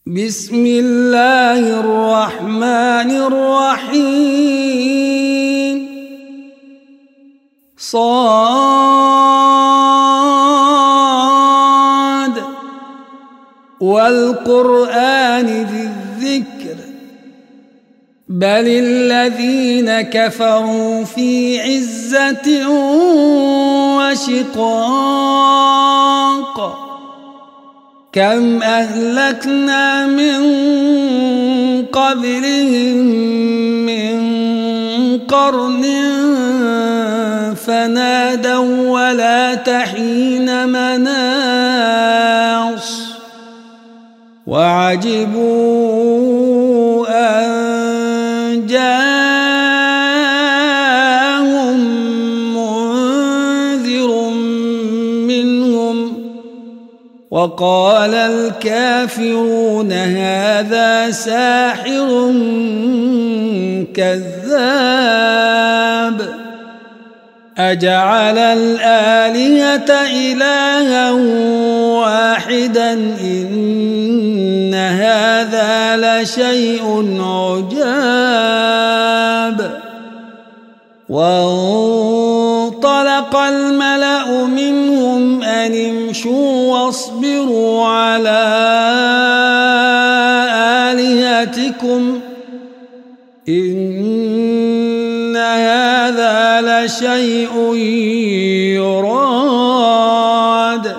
بسم الله الرحمن الرحيم صاد والقرآن ذي الذكر بل الذين كفروا في عزة وشقاق كم أهلكنا من قبلهم من قرن فنادوا ولا تحين مناص وعجبوا أن جاءهم منذر منهم وقال الكافرون هذا ساحر كذاب أجعل الآلهة إلها واحدا إن هذا لشيء عجاب وانطلق الملأ منهم أن امشوا واصبروا على آلهتكم إن هذا لشيء يراد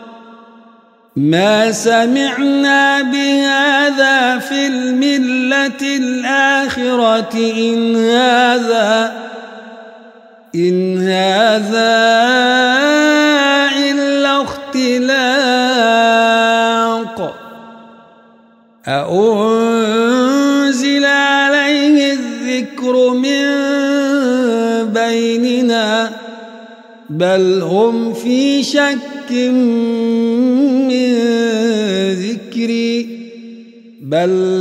ما سمعنا بهذا في الملة الآخرة إن هذا إلا اختلاق أأنزل عليه الذكر من بيننا بل هم في شك من ذكري بل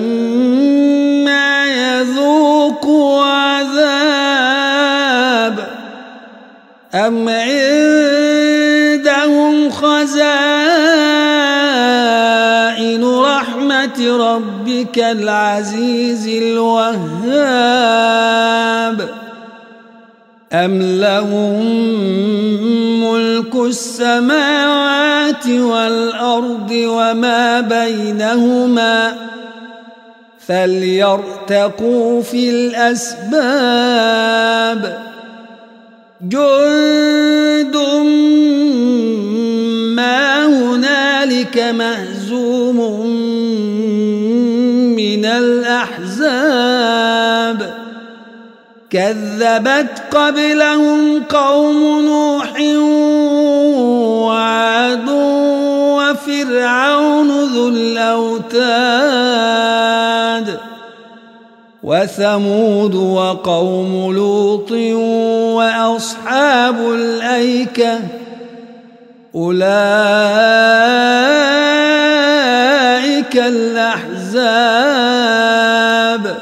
لما يذوقوا عذاب أم عندهم خزائن رحمة ربك العزيز الوهاب أم لهم ملك السماوات والأرض وما بينهما فليرتقوا في الأسباب جند ما هنالك مهزوم من الأحزاب كذبت قبلهم قوم نوح وعاد وفرعون ذو الأوتاد وثمود وقوم لوط وأصحاب الأيكة أولئك الأحزاب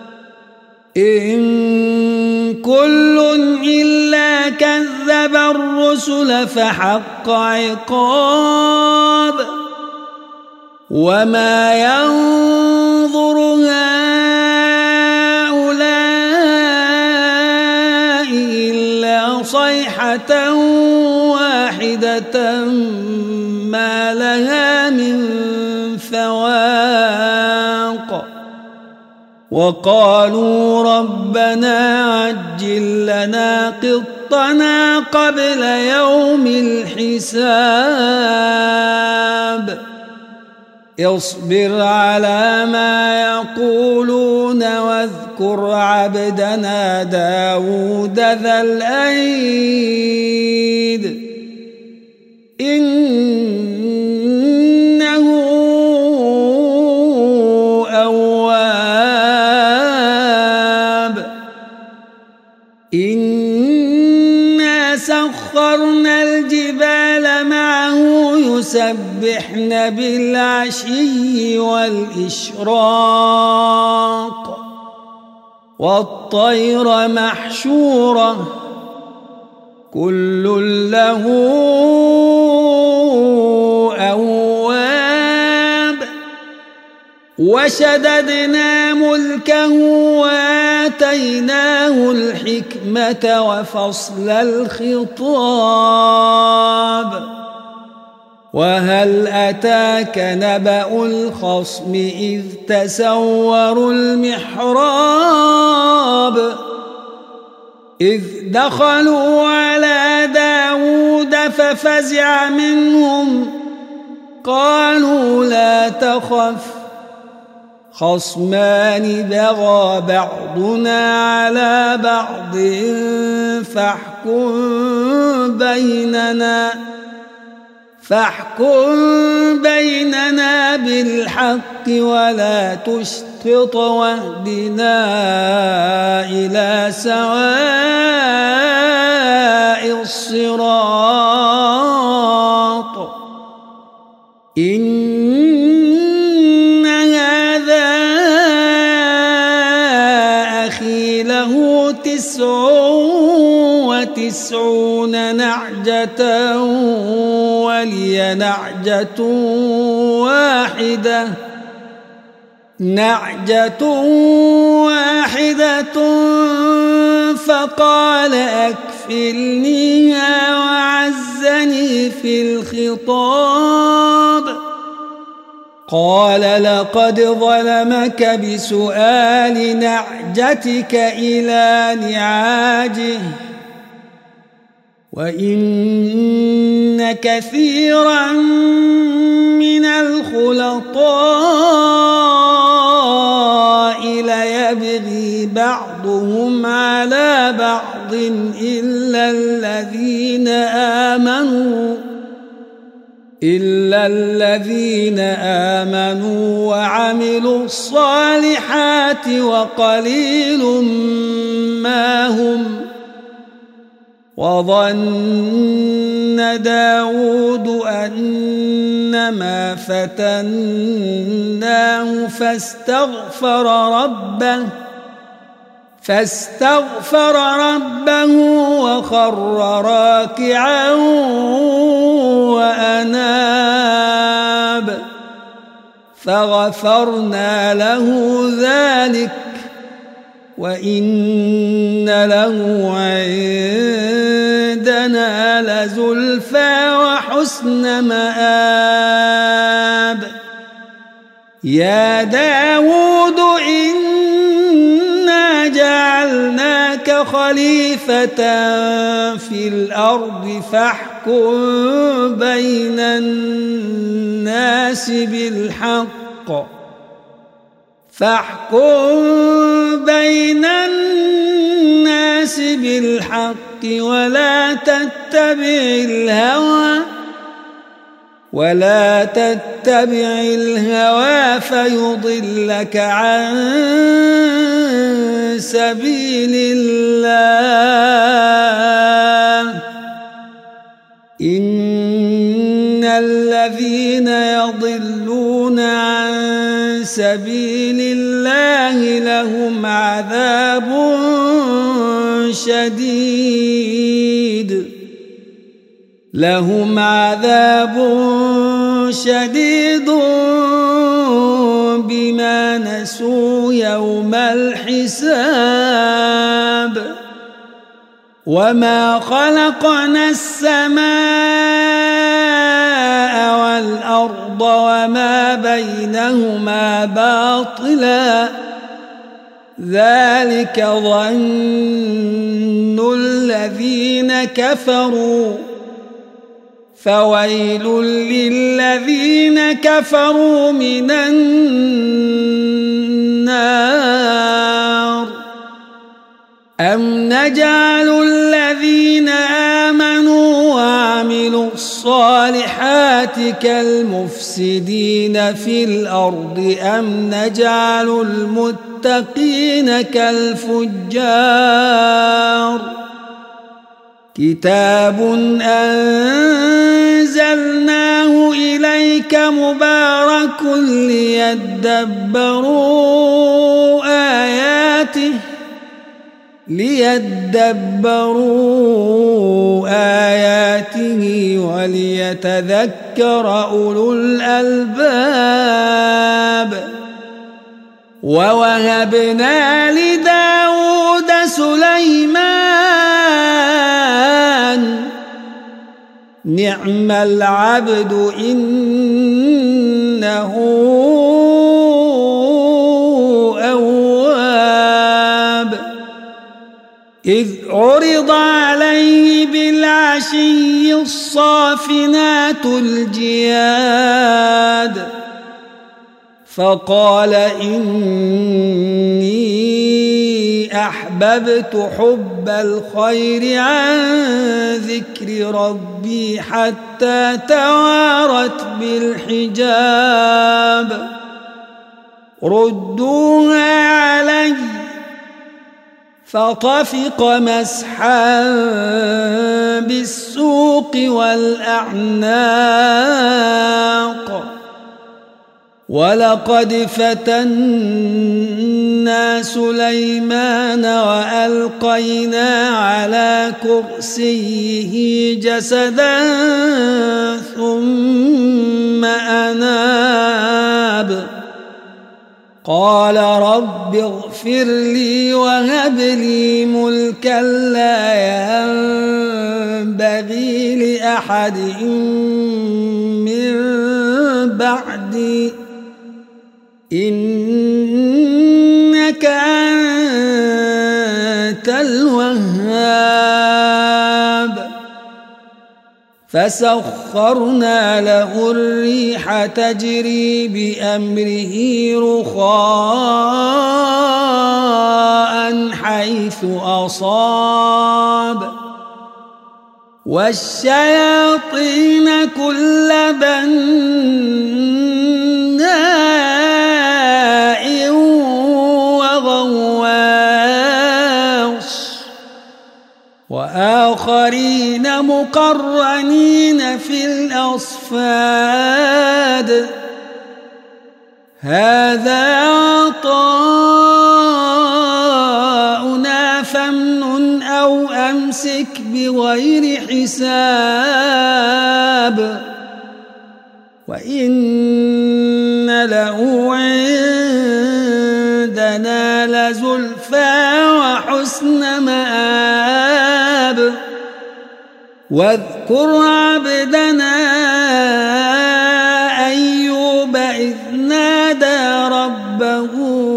إن كل إلا كذب الرسل فحق عقاب وما ينظر هؤلاء إلا صيحة واحدة ما لها من فواق وقالوا ربنا عجل لنا قطنا قبل يوم الحساب اصبر على ما يقولون واذكر عبدنا داود ذا الأيد إنه أواب إنا سخرنا الجبال معه يسبحن بالعشي والإشراق والطير محشورة كل له أواب وشددنا ملكه وآتيناه الحكمة وفصل الخطاب وهل أتاك نبأ الخصم إذ تسوروا المحراب إذ دخلوا على داود ففزع منهم قالوا لا تخف خصمان بغى بعضنا على بعض فاحكم بيننا بالحق ولا تشطط واهدنا إلى سواء الصراط إن هذا أخي له 99 نعجة ولي نعجة واحدة فقال أكفلنيها وعزني في الخطاب قال لقد ظلمك بسؤال نعجتك إلى نعاجه وإن كثيرا من الخلطاء ليبغي بعضهم على بعض إلا الذين آمنوا وعملوا الصالحات وقليل ما هم وظن داود أنما فتناه فاستغفر ربه وخر راكعا وأناب فغفرنا له ذلك وإن له عندنا لزلفى وحسن مآب يا داود إنا جعلناك خليفة في الأرض فاحكم بين الناس بالحق ولا تتبع الهوى فيضلك عن سبيل الله إن الذين يضلون عن سبيل الله لهم عذاب شديد بما نسوا يوم الحساب وما خلقنا السماء والأرض وما بينهما باطلا ذلك ظن الذين كفروا فويل للذين كفروا من النار أم نجعل الذين آمنوا وعملوا الصالحات كالمفسدين في الأرض أم نجعل المتقين كالفجار كتاب أنزلناه إليك مبارك ليدبروا آياته وليتذكر أولو الألباب ووهبنا لداود سليمان نعم العبد إنه أواب إذ عرض عليه بالعشي الصافنات الجياد فقال إني أحببت حب الخير عن ذكر ربي حتى توارت بالحجاب ردوها علي فطفق مسحا بالسوق والأعناق ولقد فتنا سليمان وألقينا على كرسيه جسدا ثم أناب قال رب اغفر لي وهب لي ملكا لا ينبغي لأحد من بعدي إنك أنت الوهاب فسخرنا له الريح تجري بأمره رخاء حيث أصاب والشياطين كل بناء وغواص وآخرين مقرنين في الأصفاد هذا عطاؤنا فامنن أو أمسك بغير حساب وإن له عندنا لزلفى وحسن مآب واذكر عبدنا أيوب إذ نادى ربه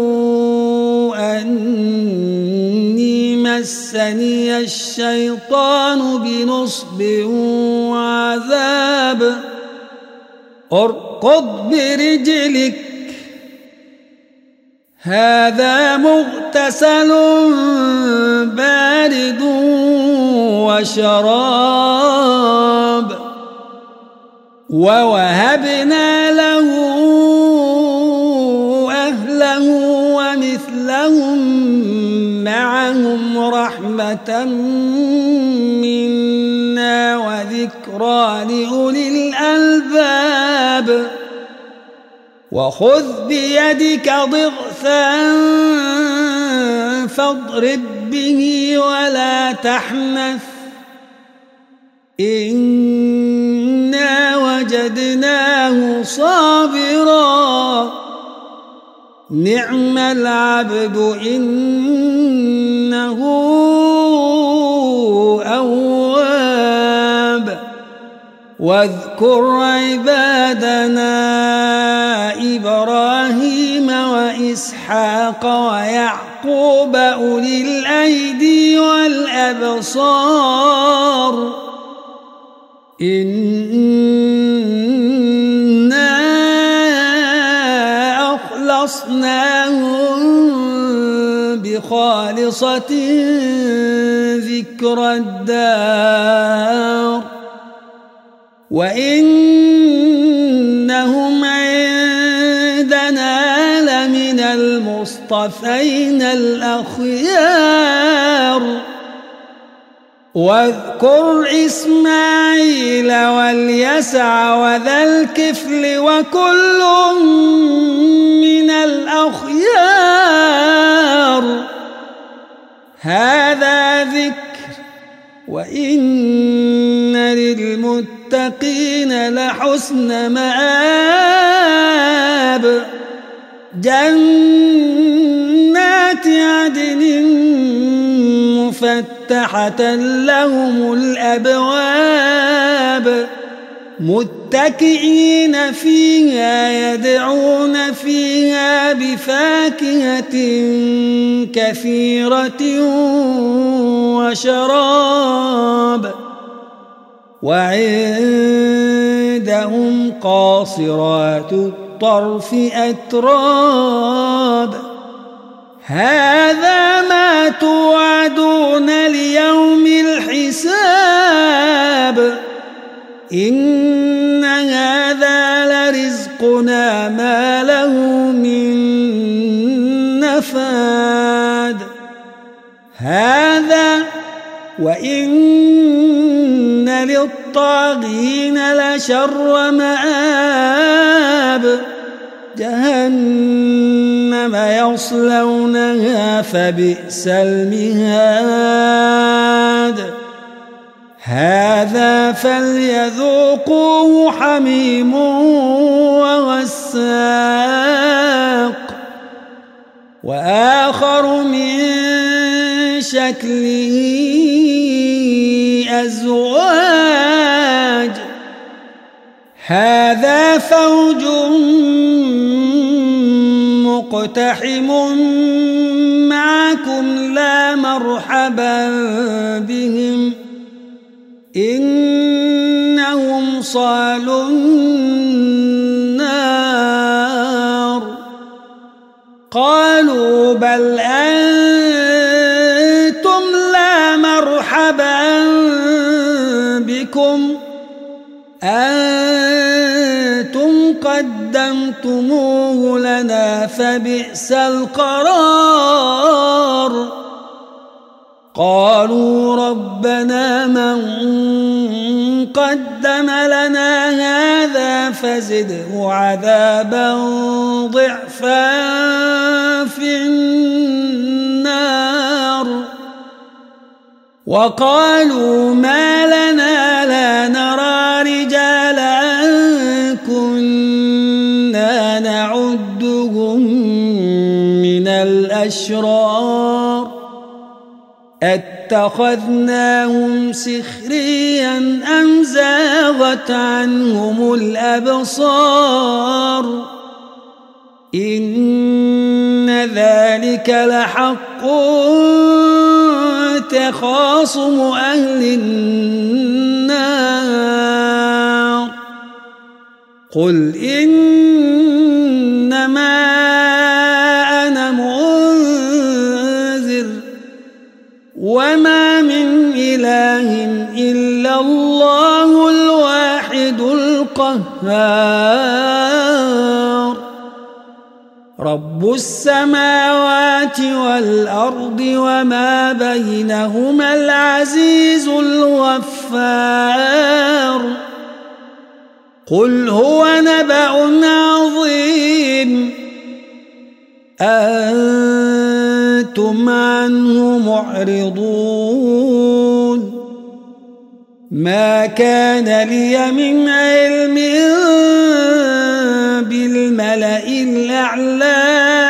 أني مسني الشيطان بنصب وعذاب اركض برجلك هذا مغتسل بارد وشراب ووهبنا له أهله ومثلهم معهم رحمة منا وذكرى لأولي الألباب وخذ بيدك ضغثا فاضرب به ولا تحنث إنا وجدناه صابرا نعم العبد إنه أواب واذكر عبادنا إبراهيم وإسحاق ويعقوب أولي الأيدي والأبصار إنا أخلصناهم بخالصة ذكر الدار وإنهم عندنا لمن المصطفين الأخيار واذكر إسماعيل واليسع وذا الكفل وكل من الأخيار هذا ذكر وإن للمتقين لحسن مآب جنات عدن مفتحة لهم الأبواب متكئين فيها يدعون فيها بفاكهة كثيرة وشراب وعندهم قاصرات الطرف أتراب هذا ما توعدون ليوم الحساب إن هذا لرزقنا ما له من نفاد هذا وإن للطاغين لشر مآب جهنم يصلونها فبئس المهاد هذا فليذوقوه حميم وغساق وآخر من شكله أزواج هذا فوج مقتحم معكم لا مرحبا بهم إنهم صالوا النار قالوا بل أنتم لا مرحبا بكم أنتم قدمتموه لنا فبئس القرار قالوا ربنا من قدم لنا هذا فزده عذابا ضعفا في النار وقالوا ما لنا لا نرى رجالا كنا نعدهم من الأشرار اتخذناهم سخريا أم زاغت عنهم الأبصار إن ذلك لحق تخاصم أهل النار قل إنما أنا منذر وما من إله إلا الله الواحد القهار رب السماوات والأرض وما بينهما العزيز الغفار قل هو نبأ عظيم أنتم عنه معرضون ما كان لي من علم بالملأ الأعلى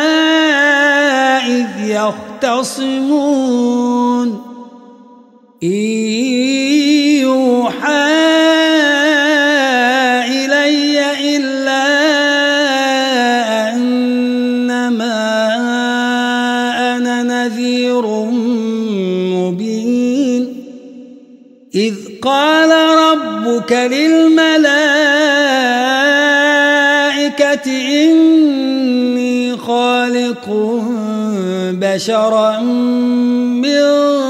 إذ يختصمون إن يوحى إلي إلا أنما أنا نذير مبين إذ قال ربك للملائكة إني خالق بشرا من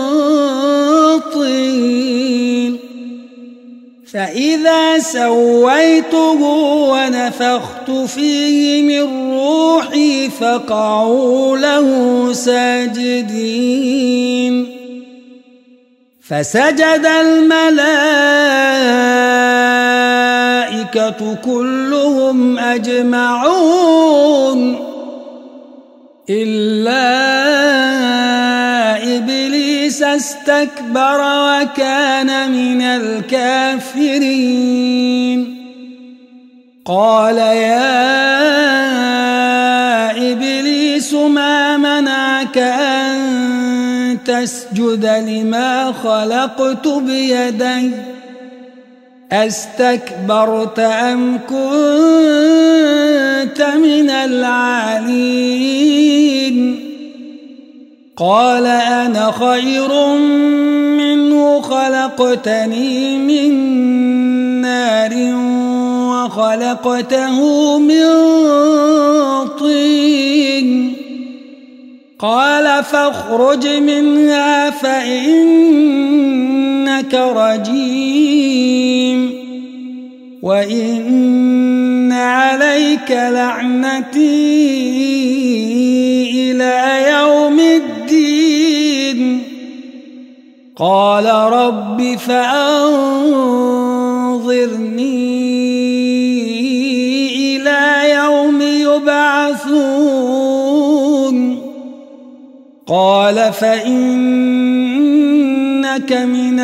طين فإذا سويته ونفخت فيه من روحي فقعوا له ساجدين فسجد الملائكة كلهم أجمعون إلا إبليس استكبر وكان من الكافرين قال يا ما منعك أن تسجد لما خلقت بيدي أستكبرت أم كنت من العالين قال أنا خير منه خلقتني من نار وخلقته من طين قال فاخرج منها فإنك رجيم وإن عليك لعنتي إلى يوم الدين قال رب فأنظرني إلى يوم يبعثون قال فإنك من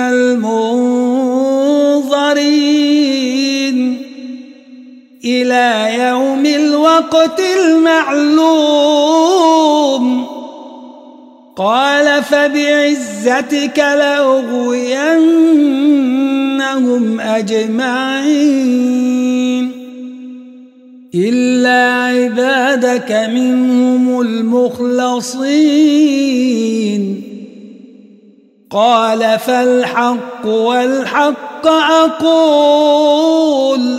المنظرين إلى يوم الوقت المعلوم قال فبعزتك لأغوينهم أجمعين إلا عبادك منهم المخلصين قال فالحق والحق أقول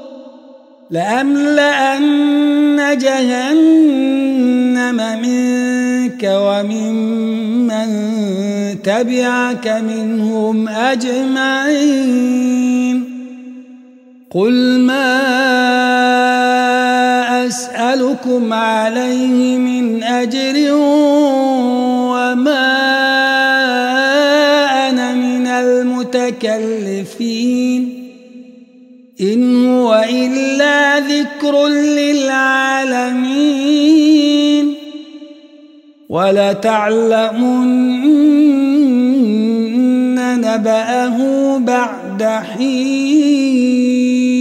لأملأن جهنم منك وممن تبعك منهم أجمعين قل ما أسألكم عليه من أجر وما أنا من المتكلفين إن هو إلا ذكر للعالمين ولتعلمن نبأه بعد حين